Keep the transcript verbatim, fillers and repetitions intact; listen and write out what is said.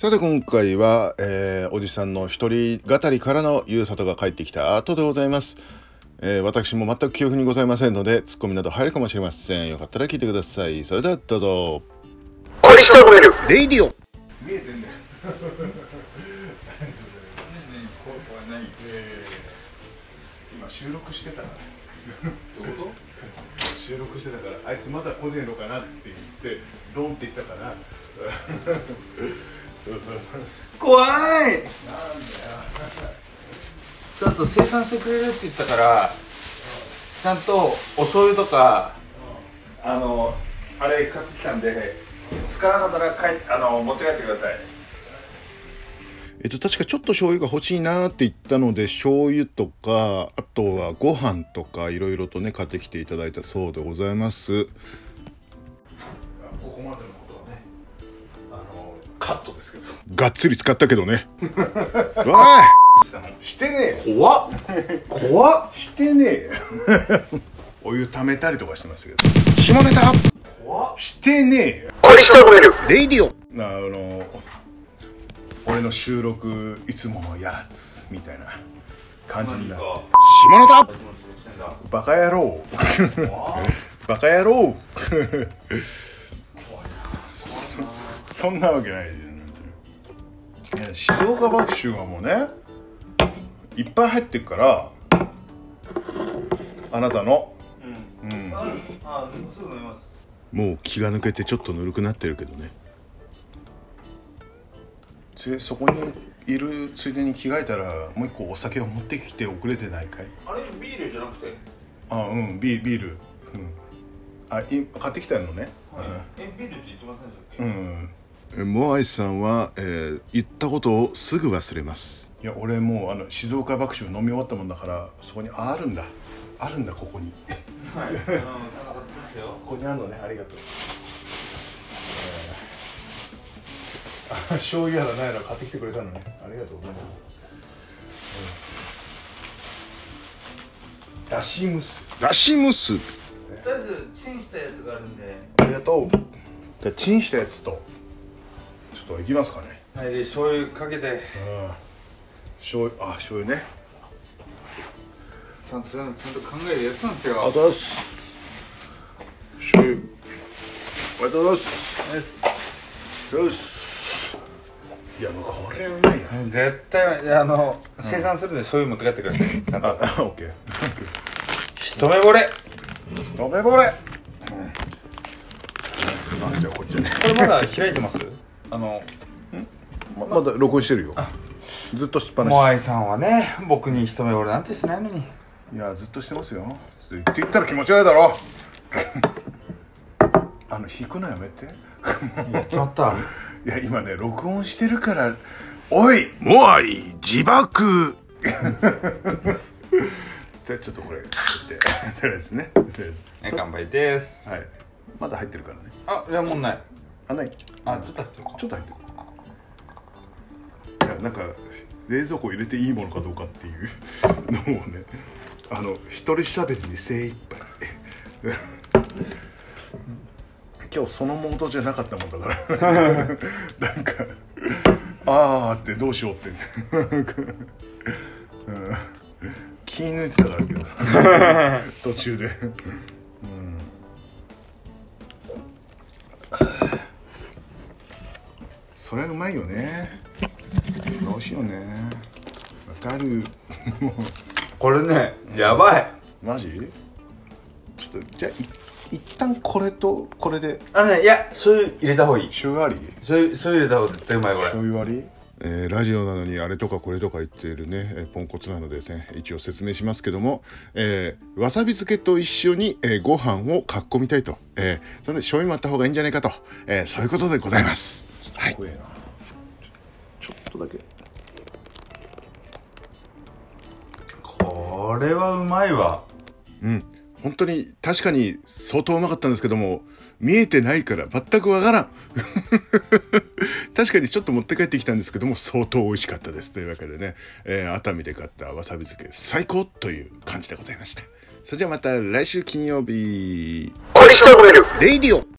さて今回は、えーおじさんの一人語りからのゆうさとが帰ってきた後でございます。えー私も全く記憶にございませんのでツッコミなど入るかもしれません。よかったら聞いてください。それではどうぞ。 これしてくれるレイディオ。 見えてんねん。今収録してたから。どういうこと？収録してたからあいつまだ来ねえのかなって言ってドンって言ったからそうそうそう怖い。 なんだよちょっと生産してくれるって言ったからちゃんとお醤油とかあのあれ買ってきたんで使わなかったら帰あの持って帰ってください。 えっと確かちょっと醤油が欲しいなって言ったので醤油とかあとはご飯とかいろいろとね買ってきていただいたそうでございます。 ここまでのことはねあのカットですけどがっつり使ったけどねおいしてねえ怖っ怖っしてねえお湯溜めたりとかしてましたけど下ネタ怖っしてねえよ。 これしてくれるレイディオ。 あの俺の収録いつものやつみたいな感じになって下ネタバカ野郎バカ野郎そんなわけないじゃん。いや静岡爆臭はもうねいっぱい入ってるからあなたのうん、うん、ああすぐ飲みます。 もう気が抜けてちょっとぬるくなってるけどね。 つそこにいるついでに着替えたらもう一個お酒を持ってきて遅れてないかい？ あれビールじゃなくてあうんビビール、うん、あい買ってきたのね、 えビールって言ってませんでしたっけ？ うんえモアイさんは、えー言ったことをすぐ忘れます。 いや俺もうあの静岡爆酒飲み終わったもんだからそこにああるんだあるんだここにはい、あの、買ってますよ。 ここにあるのねありがとう、えー、あ醤油やらないやら買ってきてくれたのねありがとうございます、うん、だし蒸すだし蒸す。 とりあえずチンしたやつがあるんで、 ありがとう。じゃあチンしたやつとちょっといきますかね。 はい、で醤油かけて、 うん醤油あ醤油ねちゃんとそういうのちゃんと考えるやつなんですよ。 ありがとうございます醤油ありがとうございますよしいやもうこれうまいな絶対あの、うん、生産するんで醤油持って帰ってください。ちゃんとあ、オッケー一目惚れ一目惚れ、うん、あじゃあこっちねこれまだ開いてますあのままだ録音してるよずっとしっぱなしモアイさんはね僕に一目惚れなんてしないのに。 いやずっとしてますよ言って言ったら気持ち悪いだろあの引くのやめてやっちまったいや今ね録音してるからおいモアイ自爆。 じゃあちょっとこれやってとりあえずねね乾杯です。 はいまだ入ってるからねあレモンない。 あないあちょっと入ってるか。 ちょっと入ってるいやなんか冷蔵庫入れていいものかどうかっていうのをねあの一人喋りに精一杯今日そのモードじゃなかったもんだからなんかあーってどうしようってなんか、うん、気抜いてたからけど途中で、うん、それはうまいよね。それ美味しいよね。わかるもうこれねやばい。 マジ？ちょっとじゃあい一旦これとこれであのねいや醤油入れた方がいい。 醤油あり？ 醤油醤油入れた方が絶対うまいこれ。 醤油あり？ えーラジオなのにあれとかこれとか言っているね、えーポンコツなのでね一応説明しますけども、えーわさび漬けと一緒に、えーご飯をかっこみたいと、えーそれで醤油もあった方がいいんじゃないかと、えーそういうことでございます。はい。 怖えなちょちょっとだけこれはうまいわ。 うん本当に確かに相当うまかったんですけども見えてないから全くわからん確かにちょっと持って帰ってきたんですけども相当美味しかったですというわけでね、えー熱海で買ったわさび漬け最高という感じでございました。それじゃあまた来週金曜日これしてくれるレイディオ。